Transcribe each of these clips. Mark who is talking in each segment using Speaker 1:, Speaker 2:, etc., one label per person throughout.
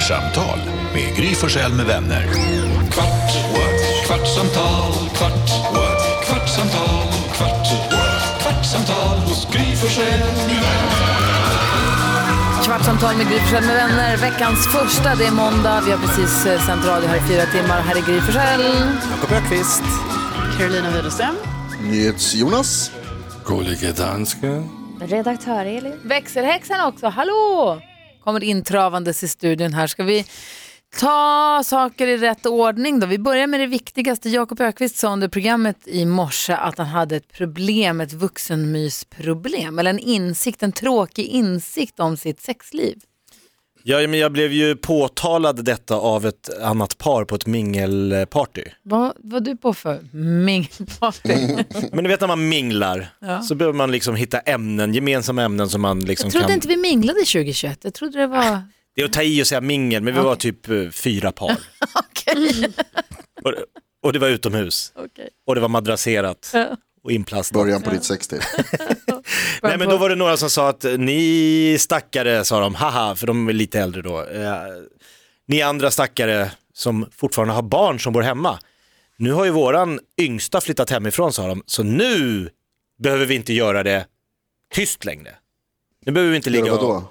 Speaker 1: Kvartsamtal med Gry Forssell med vänner. Kvart, what? Kvartsamtal, kvart, what? Kvartsamtal, kvart, what? Kvartsamtal hos Gry Forssell med vänner.
Speaker 2: Kvartsamtal med Gry Forssell med vänner. Veckans första, det är måndag. Vi har precis sänt radio här i 4 timmar. Här är Gry Forssell.
Speaker 3: Jakob Öqvist.
Speaker 4: Carolina Widerström.
Speaker 5: Jonas.
Speaker 6: Gullige danske.
Speaker 2: Redaktör Elin. Växelhäxan också, hallå! Kommer intravandes i studion här. Ska vi ta saker i rätt ordning då? Vi börjar med det viktigaste. Jakob Öqvist sa under programmet i morse att han hade ett problem, ett vuxenmysproblem. Eller en insikt, en tråkig insikt om sitt sexliv.
Speaker 3: Ja, men jag blev ju påtalad detta av ett annat par på ett mingelparty.
Speaker 2: Vad var du på för mingelparty?
Speaker 3: Men du vet när man minglar så behöver man liksom hitta ämnen, gemensamma ämnen som man liksom
Speaker 2: jag trodde
Speaker 3: kan...
Speaker 2: inte vi minglade 2021. Jag trodde det var...
Speaker 3: Det är att ta i och säga mingel, men vi var typ 4 par.
Speaker 2: Okej.
Speaker 3: Och det var utomhus.
Speaker 2: Okej.
Speaker 3: Och det var madrasserat och inplastat.
Speaker 5: Början på ditt sextid.
Speaker 3: Nej, men då var det några som sa att ni stackare, sa de, haha, för de är lite äldre då. Ni andra stackare som fortfarande har barn som bor hemma. Nu har ju våran yngsta flyttat hemifrån, sa de. Så nu behöver vi inte göra det tyst längre. Nu behöver vi inte ligga
Speaker 5: då?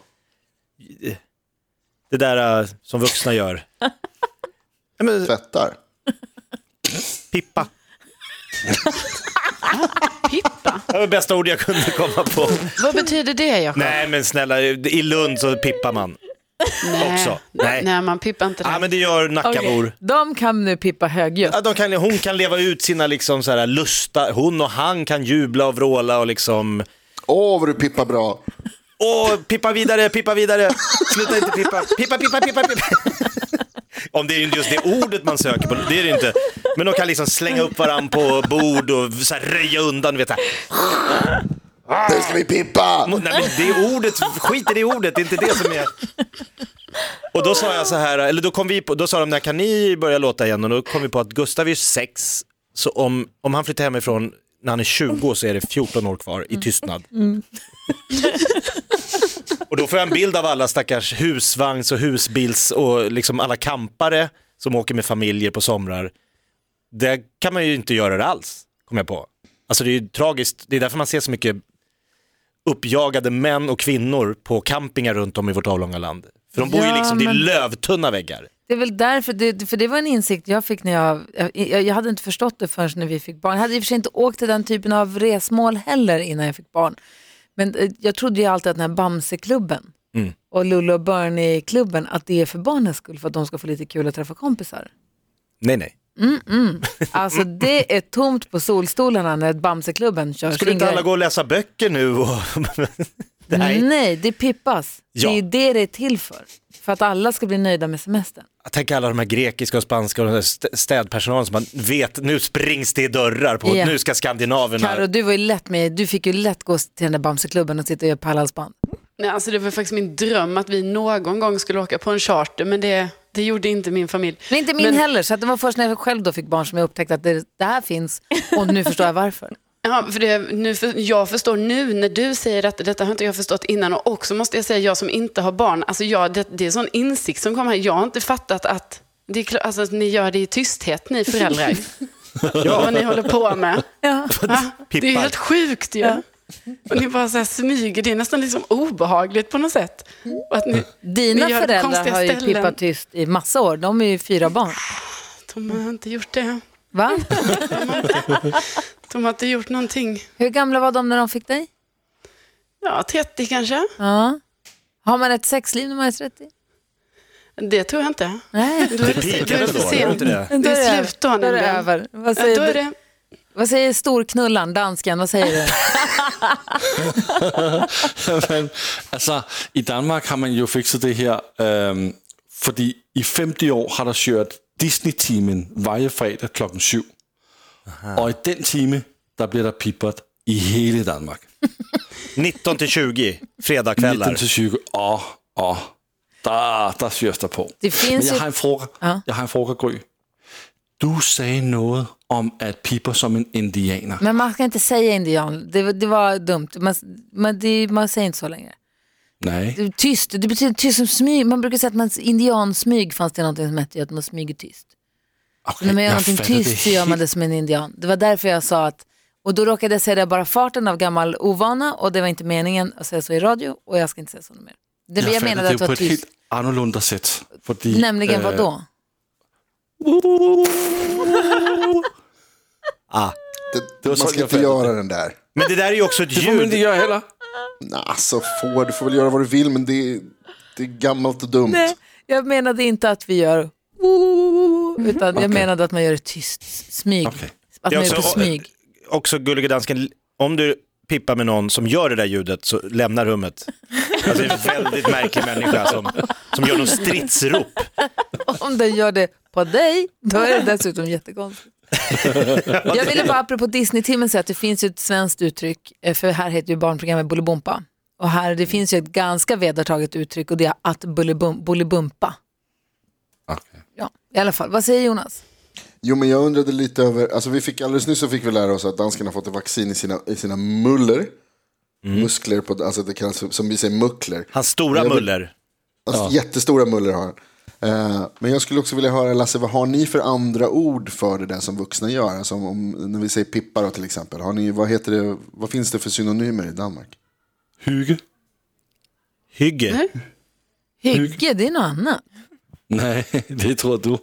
Speaker 3: Det där som vuxna gör. Ja, men,
Speaker 5: Tvättar.
Speaker 3: pippa.
Speaker 4: Pippa?
Speaker 3: Det var det bästa ord jag kunde komma på.
Speaker 4: Vad betyder det, Jakob?
Speaker 3: Nej, men snälla, i Lund så pippar man. Också.
Speaker 4: Nej, man pippar inte det.
Speaker 3: Ja, men det gör Nackabor.
Speaker 2: Okay. De kan nu pippa högljutt.
Speaker 3: Ja, hon kan leva ut sina liksom så här lusta. Hon och han kan jubla och vråla och liksom...
Speaker 5: Vad du pippar bra.
Speaker 3: Pippa vidare. Sluta inte pippa. Pippa. Om det är just det ordet man söker på, det är det inte. Men de kan liksom slänga upp varann på bord och så här röja undan, vet jag.
Speaker 5: Nu ska vi pippa!
Speaker 3: Nej, men det är ordet, skit i det ordet, det är inte det som är... Och då sa jag så här, eller då sa de, när kan ni börja låta igen? Och då kom vi på att Gustav är 6, så om han flyttar hemifrån när han är 20 så är det 14 år kvar i tystnad. Och då får jag en bild av alla stackars husvagns och husbils och liksom alla kampare som åker med familjer på somrar. Det kan man ju inte göra det alls, kom jag på. Alltså det är ju tragiskt, det är därför man ser så mycket uppjagade män och kvinnor på campingar runt om i vårt avlånga land. För de bor ju liksom, det är lövtunna väggar. Det är väl därför, för det var en insikt jag fick när jag hade inte förstått det förrän när vi fick barn. Jag hade i och för sig inte åkt till den typen av resmål heller innan jag fick barn. Men jag trodde ju alltid att den här Bamseklubben och Lullo och Bernie-klubben, att det är för barnens skull, för att de ska få lite kul att träffa kompisar. Nej. Alltså det är tomt på solstolarna när Bamseklubben kör. Skulle inte alla gå och läsa böcker nu? Nej, det pippas. Ja. Det är det är till för att alla ska bli nöjda med semestern. Jag tänker alla de här grekiska och spanska och städpersonalen som man vet, nu springs det i dörrar på, nu ska skandinaverna... Karo, du var ju lätt med, du fick ju lätt gå till den där Bamseklubben och sitta och göra pärlhalsband.
Speaker 4: Nej, alltså det var faktiskt min dröm att vi någon gång skulle åka på en charter, men det gjorde inte min familj.
Speaker 2: Men inte min heller, så att det var först när jag själv då fick barn som jag upptäckte att det här finns, och nu förstår jag varför.
Speaker 4: Ja, jag förstår nu när du säger att detta har inte jag förstått innan, och också måste jag säga, jag som inte har barn, alltså det är sån insikt som kommer här. Jag har inte fattat att ni gör det i tysthet, ni föräldrar. Vad ni håller på med. Ja. Det är helt sjukt ju. Ja. Och ni bara så här smyger, det är nästan liksom obehagligt på något sätt. Och att
Speaker 2: Dina föräldrar har ju pippat tyst i massa år, de är ju 4 barn.
Speaker 4: De har inte gjort det.
Speaker 2: Va?
Speaker 4: De har inte gjort någonting.
Speaker 2: Hur gamla var de när de fick dig?
Speaker 4: Ja, 30 kanske.
Speaker 2: Ja. Har man ett sexliv när man är 30?
Speaker 4: Det tror jag inte.
Speaker 2: Nej.
Speaker 3: Det pikade då, det är inte det.
Speaker 4: Det är slut då.
Speaker 2: Då är det över. Vad säger storknullan, dansken? Vad säger du?
Speaker 6: Men, alltså, i Danmark har man ju fixat det här, för i 50 år har der kört Disney-timen varje fredag 7:00. Och i den time, där blir der pippet i hela Danmark.
Speaker 3: 19-20 fredagskvällar.
Speaker 6: 19-20, där körs der på. Men jag har en fråga. Jag har en fråga, Gry. Du säger något om att pippa som en indianer.
Speaker 2: Men man ska inte säga indian. Det var dumt. Man säger inte så längre.
Speaker 6: Nej.
Speaker 2: Tyst, det betyder tyst som smyg. Man brukar säga att man indiansmyg fanns det någonting som hette att man smyger tyst.
Speaker 6: Okay,
Speaker 2: När man gör någonting tyst så gör man det som en indian. Det var därför jag sa att, och då råkade jag säga det bara farten av gammal ovana och det var inte meningen att säga så i radio och jag ska inte säga så mer. Jag menade att det var tyst.
Speaker 6: på ett helt annorlunda sätt. Fordi,
Speaker 2: nämligen vad då?
Speaker 5: Man ska inte göra den där.
Speaker 3: Men det där är ju också ett
Speaker 6: Det får man inte
Speaker 3: ljud.
Speaker 6: göra heller.
Speaker 5: Alltså du får väl göra vad du vill, men det är gammalt och dumt.
Speaker 2: Nej, jag menade inte att vi gör utan jag menade att man gör det tyst, smyg.
Speaker 6: Okay.
Speaker 2: Att man gör det på smyg.
Speaker 3: Också gulliga dansken, om du pippar med någon som gör det där ljudet så lämnar rummet. Alltså det är en väldigt märklig människa som gör någon stridsrop.
Speaker 2: Om den gör det på dig, då är det dessutom jättekonstigt. Jag ville bara apropå Disney-timmen säga att det finns ju ett svenskt uttryck, för här heter ju barnprogrammet Bolibompa. Och här, det finns ju ett ganska vedertaget uttryck och det är att bolibumpa.
Speaker 6: Okay.
Speaker 2: Ja, i alla fall. Vad säger Jonas?
Speaker 5: Jo, men jag undrade lite över, alltså alldeles nyss så fick vi lära oss att danskarna har fått ett vaccin i sina muller. Muskler, alltså det kallas som vi säger muckler.
Speaker 3: Hans stora muller.
Speaker 5: Alltså, jättestora muller har han. Men jag skulle också vilja höra, Lasse, vad har ni för andra ord för det där som vuxna gör? Alltså när vi säger pippar till exempel. Vad finns det för synonymer i Danmark?
Speaker 6: Hygge.
Speaker 3: Hygge.
Speaker 2: Hygge, det är något annat.
Speaker 6: Nej, det tror du.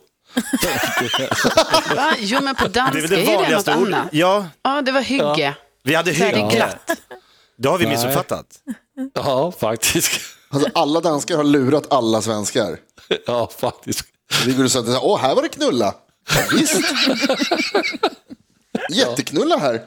Speaker 4: Va? Jo, men på danska
Speaker 3: Det är det vanligaste ordet.
Speaker 4: annat.
Speaker 3: Ja,
Speaker 4: Ja, det var hygge.
Speaker 3: vi hade
Speaker 4: Så är det
Speaker 3: hygge.
Speaker 4: glatt.
Speaker 3: Det har vi missuppfattat.
Speaker 6: Ja, faktiskt.
Speaker 5: Alltså alla danskar har lurat alla svenskar.
Speaker 6: Ja, faktiskt.
Speaker 5: Vi går och säger, här var det knulla. Ja, visst. Jätteknulla här.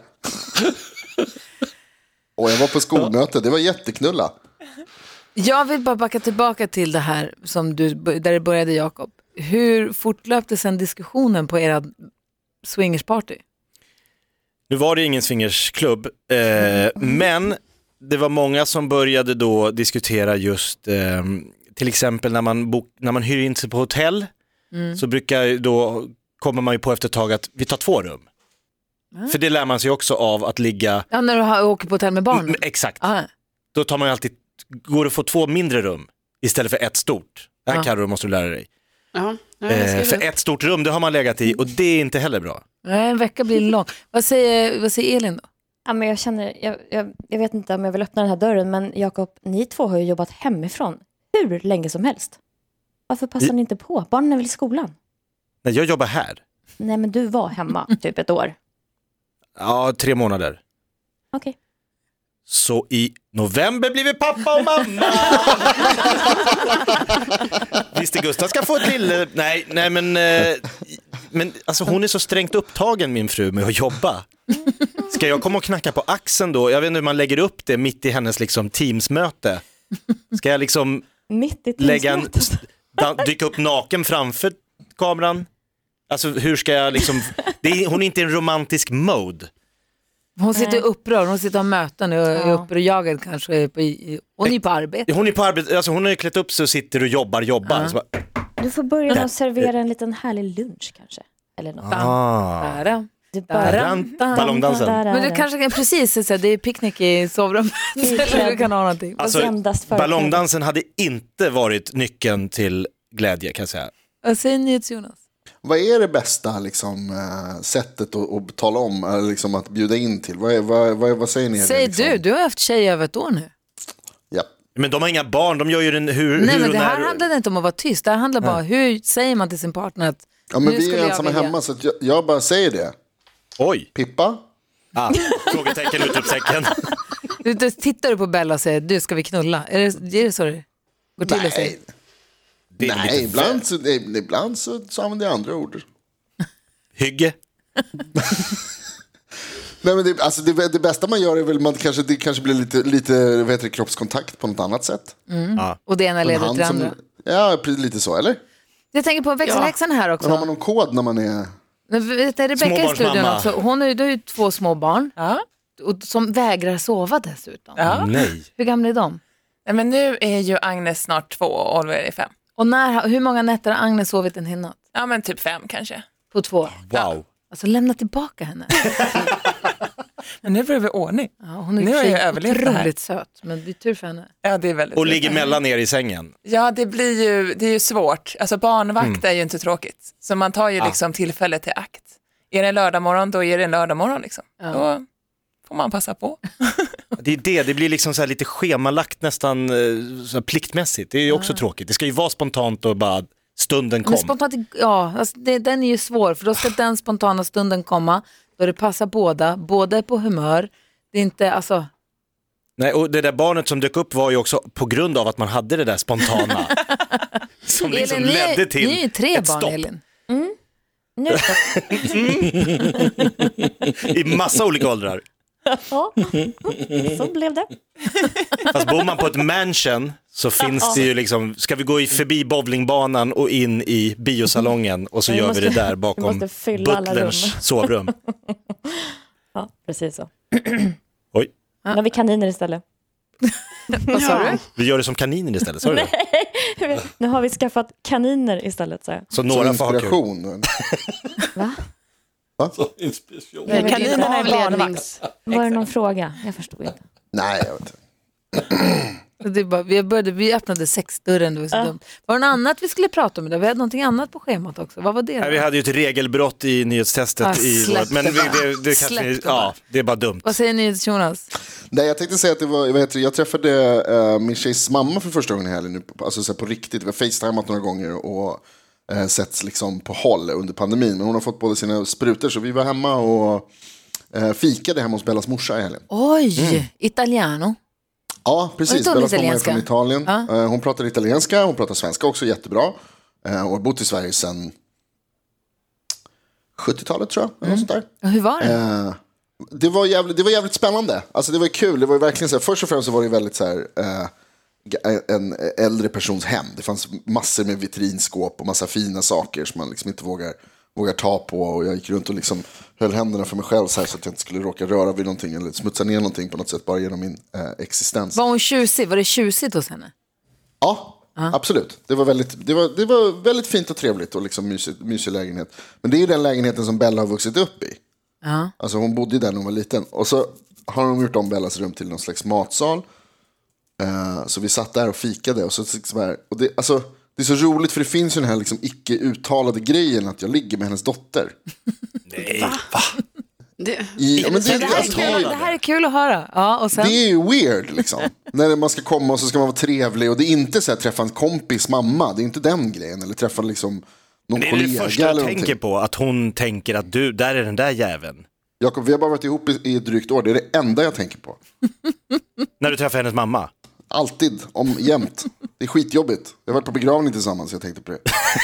Speaker 5: Och jag var på skolmöte, det var jätteknulla.
Speaker 2: Jag vill bara backa tillbaka till det här som där det började, Jakob. Hur fortlöpte sen diskussionen på era swingersparty?
Speaker 3: Nu var det ingen swingersklubb, men det var många som började då diskutera just till exempel när man hyr in sig på hotell så kommer man ju på efter ett tag att vi tar 2 rum. För det lär man sig också av att ligga...
Speaker 2: Ja, när du åker på hotell med barnen?
Speaker 3: Exakt.
Speaker 2: Ah.
Speaker 3: Då tar man ju alltid, går det att få 2 mindre rum istället för ett stort. Det här Karo måste du lära dig.
Speaker 4: Ja,
Speaker 3: för ett stort rum, det har man legat i och det är inte heller bra.
Speaker 2: Nej, en vecka blir lång. Vad säger Elin då?
Speaker 7: Ja, men jag känner, jag vet inte om jag vill öppna den här dörren, men Jakob, ni 2 har ju jobbat hemifrån hur länge som helst. Varför passar ni inte på? Barnen är väl i skolan?
Speaker 3: Nej, jag jobbar här.
Speaker 7: Nej, men du var hemma typ ett år.
Speaker 3: Ja, 3 månader.
Speaker 7: Okej.
Speaker 3: Så i november blir vi pappa och mamma. Visst, Gustav ska få ett lille... Nej, men alltså hon är så strängt upptagen, min fru, med att jobba. Ska jag komma och knacka på axeln då? Jag vet inte hur man lägger upp det mitt i hennes liksom teamsmöte. Ska jag liksom
Speaker 7: Mitt i
Speaker 3: dyka upp naken framför kameran? Alltså hur ska jag liksom... hon är inte i en romantisk mode.
Speaker 2: Hon sitter upprörd, hon sitter och möten och är upprörd kanske. Hon är på arbete.
Speaker 3: Hon är på arbete, alltså hon har ju klätt upp sig och sitter och jobbar. Så bara,
Speaker 7: Du får börja med att servera en liten härlig lunch kanske. Eller något.
Speaker 3: Ballongdansen.
Speaker 2: Men du kanske kan precis säga det är picknick i sovrummet. Eller du kan ha någonting.
Speaker 3: Alltså, ballongdansen hade inte varit nyckeln till glädje, kan jag säga.
Speaker 2: Vad säger ni till Jonas?
Speaker 5: Vad är det bästa liksom, sättet att tala om, liksom, att bjuda in till? Vad säger ni?
Speaker 2: Säg
Speaker 5: liksom?
Speaker 2: du har haft tjej över ett år nu.
Speaker 5: Ja.
Speaker 3: Men de har inga barn, de gör ju den
Speaker 2: Nej, men det här handlar inte om att vara tyst. Det här handlar bara hur säger man till sin partner att
Speaker 5: men vi är ensamma hemma, så att jag bara säger det.
Speaker 3: Oj.
Speaker 5: Pippa?
Speaker 3: Frågetecken, utropstecken.
Speaker 2: Du tittar på Bella och säger, du ska vi knulla? Är det så det går till att säga?
Speaker 5: Nej, ibland så använder jag andra ord.
Speaker 3: Hygge.
Speaker 5: Nej, men det bästa man gör är väl det kanske blir lite kroppskontakt på något annat sätt.
Speaker 2: Och det ena leder till det andra.
Speaker 5: Ja, lite så, eller?
Speaker 2: Jag tänker på växelhäxan här också.
Speaker 5: Men har man någon kod när man är...
Speaker 2: Vet du, Rebecka i studion också. Hon har ju 2 små barn. Och som vägrar sova dessutom.
Speaker 8: Ja.
Speaker 3: Nej.
Speaker 2: Hur gamla är de?
Speaker 8: Nej, men nu är ju Agnes snart 2 och Oliver är 5.
Speaker 2: Och hur många nätter har Agnes sovit en hel natt?
Speaker 8: Ja, men typ 5 kanske.
Speaker 2: På 2.
Speaker 3: Wow.
Speaker 2: Alltså lämna tillbaka henne.
Speaker 8: Men nu börjar vi ordning.
Speaker 2: Ja, hon är
Speaker 8: Nu har jag överlevt det här.
Speaker 2: otroligt söt, men det är tur för henne.
Speaker 8: Ja, det är väldigt
Speaker 3: Och ligger mellan er i sängen.
Speaker 8: Ja, det är ju svårt. Alltså barnvakt är ju inte tråkigt. Så man tar ju liksom tillfället till akt. Är det en lördagmorgon, då är det en lördagmorgon liksom. Då får man passa på.
Speaker 3: Det blir liksom så här lite schemalagt nästan så här pliktmässigt. Det är ju också tråkigt. Det ska ju vara spontant och bara stunden kom.
Speaker 2: Men spontant, alltså den är ju svår, för då ska den spontana stunden komma, då det passar båda är på humör. Det är inte, alltså...
Speaker 3: Nej, och det där barnet som dök upp var ju också på grund av att man hade det där spontana. Som liksom
Speaker 2: Elin,
Speaker 3: ledde till
Speaker 2: ni är ju 3
Speaker 3: ett
Speaker 2: barn,
Speaker 3: stopp.
Speaker 2: Elin.
Speaker 7: Nu
Speaker 3: I massa olika åldrar.
Speaker 7: ja, så blev det.
Speaker 3: Fast bor man på ett mansion så finns det ju liksom, ska vi gå förbi bowlingbanan och in i biosalongen och så
Speaker 7: Vi
Speaker 3: gör
Speaker 7: måste-
Speaker 3: vi det där
Speaker 7: vi
Speaker 3: bakom
Speaker 7: måste fylla alla
Speaker 3: butlerns
Speaker 7: rum.
Speaker 3: sovrum.
Speaker 7: Ja, precis så.
Speaker 3: Oj,
Speaker 7: Nu har vi kaniner istället.
Speaker 2: Vad sa du?
Speaker 3: vi gör det som kaniner istället, sa du det?
Speaker 7: Nu har vi skaffat kaniner istället, så.
Speaker 3: Så
Speaker 5: Som
Speaker 3: några får ha kul.
Speaker 5: inspiration.
Speaker 7: Va?
Speaker 6: Inspiration.
Speaker 4: Nej,
Speaker 8: Kaninerna är
Speaker 4: avlednings...
Speaker 7: Var det någon fråga? Jag förstod inte.
Speaker 5: Nej, jag vet inte.
Speaker 2: Det är bara, vi öppnade sexdörren, det var så dumt. Var det något annat vi skulle prata om idag? Vi hade någonting annat på schemat också. Vad var det då?
Speaker 3: Nej, vi hade ju ett regelbrott i nyhetstestet.
Speaker 2: Släpp
Speaker 3: Men
Speaker 2: det bara.
Speaker 3: det kanske,
Speaker 2: Släpp det
Speaker 3: ja,
Speaker 2: bara.
Speaker 3: det är bara dumt.
Speaker 2: Vad säger ni, Jonas?
Speaker 5: Nej, jag tänkte säga att det var, jag träffade min tjejs mamma för första gången i helgen nu, alltså så här på riktigt. Vi har facetimat några gånger och setts liksom på håll under pandemin. Men hon har fått båda sina sprutor, så vi var hemma och fikade hemma hos Bellas morsa i helgen.
Speaker 2: Oj, italiano.
Speaker 5: Ja, precis.
Speaker 2: Var det
Speaker 5: Bella kommer
Speaker 2: italienska?
Speaker 5: från Italien.
Speaker 2: Ja.
Speaker 5: Hon pratar italienska, hon pratar svenska också jättebra. Och har bott i Sverige sedan 70-talet tror jag. Eller något sånt där.
Speaker 2: Hur var det?
Speaker 5: Det var jävligt spännande. Alltså det var kul. Det var verkligen så här, först och främst så var det väldigt så här, en äldre persons hem. Det fanns massor med vitrinskåp och massa fina saker som man liksom inte vågar ta på. Och jag gick runt och liksom höll händerna för mig själv så här, så att jag inte skulle råka röra vid någonting eller smutsa ner någonting på något sätt bara genom min existens.
Speaker 2: Var hon tjusig? Var det tjusigt hos henne?
Speaker 5: Ja, absolut. Det var väldigt fint och trevligt och liksom mysig lägenhet. Men det är ju den lägenheten som Bella har vuxit upp i.
Speaker 2: Ja.
Speaker 5: Alltså hon bodde där när hon var liten. Och så har de gjort om Bellas rum till någon slags matsal. Så vi satt där och fikade. Och det är så roligt, för det finns ju den här liksom icke uttalade grejen att jag ligger med hennes dotter.
Speaker 3: Nej, va?
Speaker 5: Det
Speaker 2: här är kul att höra. Ja, och sen?
Speaker 5: Det är ju weird liksom. När man ska komma och så ska man vara trevlig. Och det är inte så här träffa en kompis mamma. Det är inte den grejen. Eller träffa liksom någon kollega.
Speaker 3: Det är det första jag tänker på. Att hon tänker att du, där är den där jäveln.
Speaker 5: Jakob, vi har bara varit ihop i ett drygt år. Det är det enda jag tänker på.
Speaker 3: När du träffar hennes mamma.
Speaker 5: Alltid, jämt. Det är skitjobbigt. Vi har varit på begravning tillsammans, jag tänkte på det.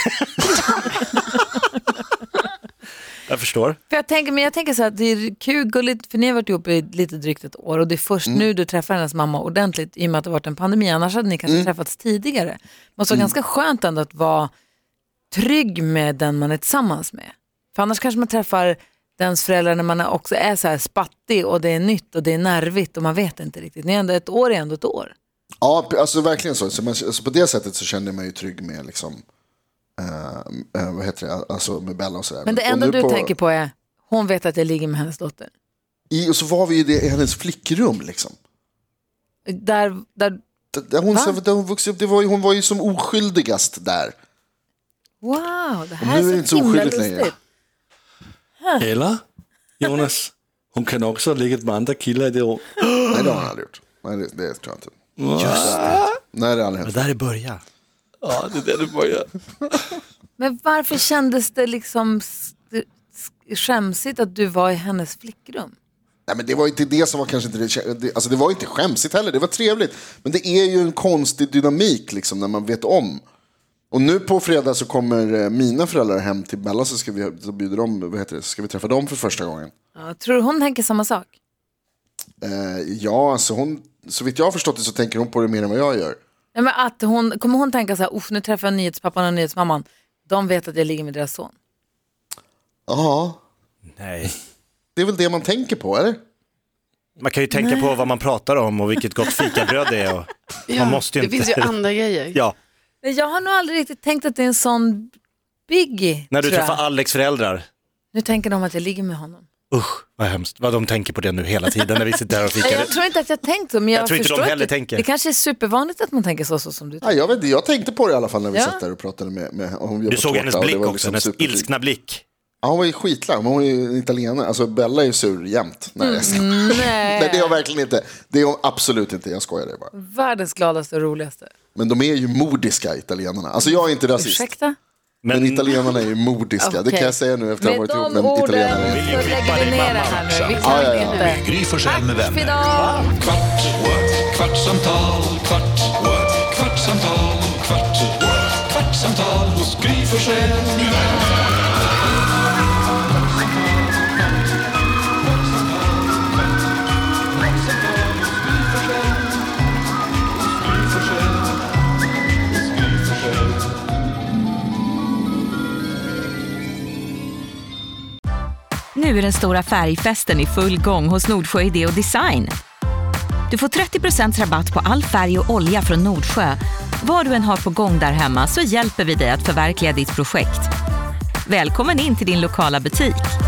Speaker 3: Jag förstår.
Speaker 2: För jag tänker så att det är kul, gulligt, för ni har varit ihop i lite drygt ett år och det är först nu du träffar hennes mamma ordentligt i och med att det har varit en pandemi. Annars hade ni kanske träffats tidigare. Men det var ganska skönt ändå att vara trygg med den man är tillsammans med. För annars kanske man träffar dens föräldrar när man också är så här spattig och det är nytt och det är nervigt och man vet inte riktigt. Ni är ändå ett år.
Speaker 5: Ja, alltså verkligen så. Alltså, på det sättet så kände jag mig ju trygg med liksom, vad heter det, alltså med Bella och sådär.
Speaker 2: Men det enda du tänker på är, hon vet att jag ligger med hennes dotter.
Speaker 5: Och så var vi i hennes flickrum liksom.
Speaker 2: Där
Speaker 5: hon vuxit upp, hon var ju som oskyldigast där.
Speaker 2: wow, det
Speaker 5: Och
Speaker 2: här
Speaker 5: nu är det
Speaker 2: är
Speaker 5: inte
Speaker 2: så
Speaker 5: så
Speaker 2: himla
Speaker 5: oskyldigt längre.
Speaker 2: lustigt.
Speaker 6: Eller, Jonas, hon kan också ha legat med andra killar i det år.
Speaker 5: Nej, det har hon aldrig gjort. Nej, det tror jag inte. Nej, det har aldrig hänt.
Speaker 3: Det där är början.
Speaker 6: Ja, det är där det börjar.
Speaker 2: Men varför kändes det liksom skämsigt att du var i hennes flickrum?
Speaker 5: Nej, men det var inte det som var kanske inte det, alltså det var inte skämsigt heller, det var trevligt. Men det är ju en konstig dynamik liksom när man vet om. Och nu på fredag så kommer mina föräldrar hem till Bella, så bjuder de, så ska vi träffa dem för första gången.
Speaker 2: Ja, tror du hon tänker samma sak?
Speaker 5: Ja, alltså hon, så vitt jag har förstått det så tänker hon på det mer än vad jag gör.
Speaker 2: Ja, men att kommer hon tänka så här, nu träffar jag nyhetspappan och nyhetsmamman. De vet att jag ligger med deras son.
Speaker 5: Ja,
Speaker 3: Nej.
Speaker 5: det är väl det man tänker på, eller?
Speaker 3: Man kan ju tänka på vad man pratar om och vilket gott fikabröd det är. Och man måste ju
Speaker 4: det
Speaker 3: inte...
Speaker 4: finns ju andra grejer.
Speaker 3: Ja,
Speaker 2: Jag har nog aldrig riktigt tänkt att det är en sån biggie.
Speaker 3: när du
Speaker 2: tror jag.
Speaker 3: träffar Alex föräldrar.
Speaker 2: Nu tänker de att jag ligger med honom.
Speaker 3: Usch, vad hemskt. Vad de tänker på det nu hela tiden när vi sitter här och fikar.
Speaker 2: Jag tror inte att jag tänkt så, men jag
Speaker 3: tror inte
Speaker 2: förstår
Speaker 3: de heller
Speaker 2: att
Speaker 3: tänker.
Speaker 2: Det kanske är supervanligt att man tänker så som du
Speaker 5: Ja, jag vet inte, jag tänkte på det i alla fall när vi satt där och pratade med hon.
Speaker 3: Du såg
Speaker 5: tårta,
Speaker 3: hennes blick
Speaker 5: och det var
Speaker 3: också, hennes ilskna blick.
Speaker 5: Ja, hon var ju skitlarm, hon var ju italienare. Alltså Bella är ju sur jämt. Nej, nej, det är hon verkligen inte. Det är hon absolut inte, jag skojar det bara.
Speaker 2: Världens gladaste och roligaste.
Speaker 5: Men de är ju modiska, italienarna. Alltså jag är inte rasist.
Speaker 2: Ursäkta?
Speaker 5: Men italienarna är ju modiska,
Speaker 2: Okay.
Speaker 5: Det kan jag säga nu efter att ha varit ihop med
Speaker 2: en
Speaker 5: italienare.
Speaker 2: Med de orden så lägger vi ner det här nu. Vi kan inte.
Speaker 1: Gry Forssell med vänner.
Speaker 2: Idag.
Speaker 1: Kvart, what? Kvartsamtal, kvart, what? Kvartsamtal, kvart, what? Kvartsamtal hos Gry Forssell med vänner.
Speaker 9: Nu är den stora färgfesten i full gång hos Nordsjö Idé och Design. Du får 30% rabatt på all färg och olja från Nordsjö. Vad du än har på gång där hemma så hjälper vi dig att förverkliga ditt projekt. Välkommen in till din lokala butik.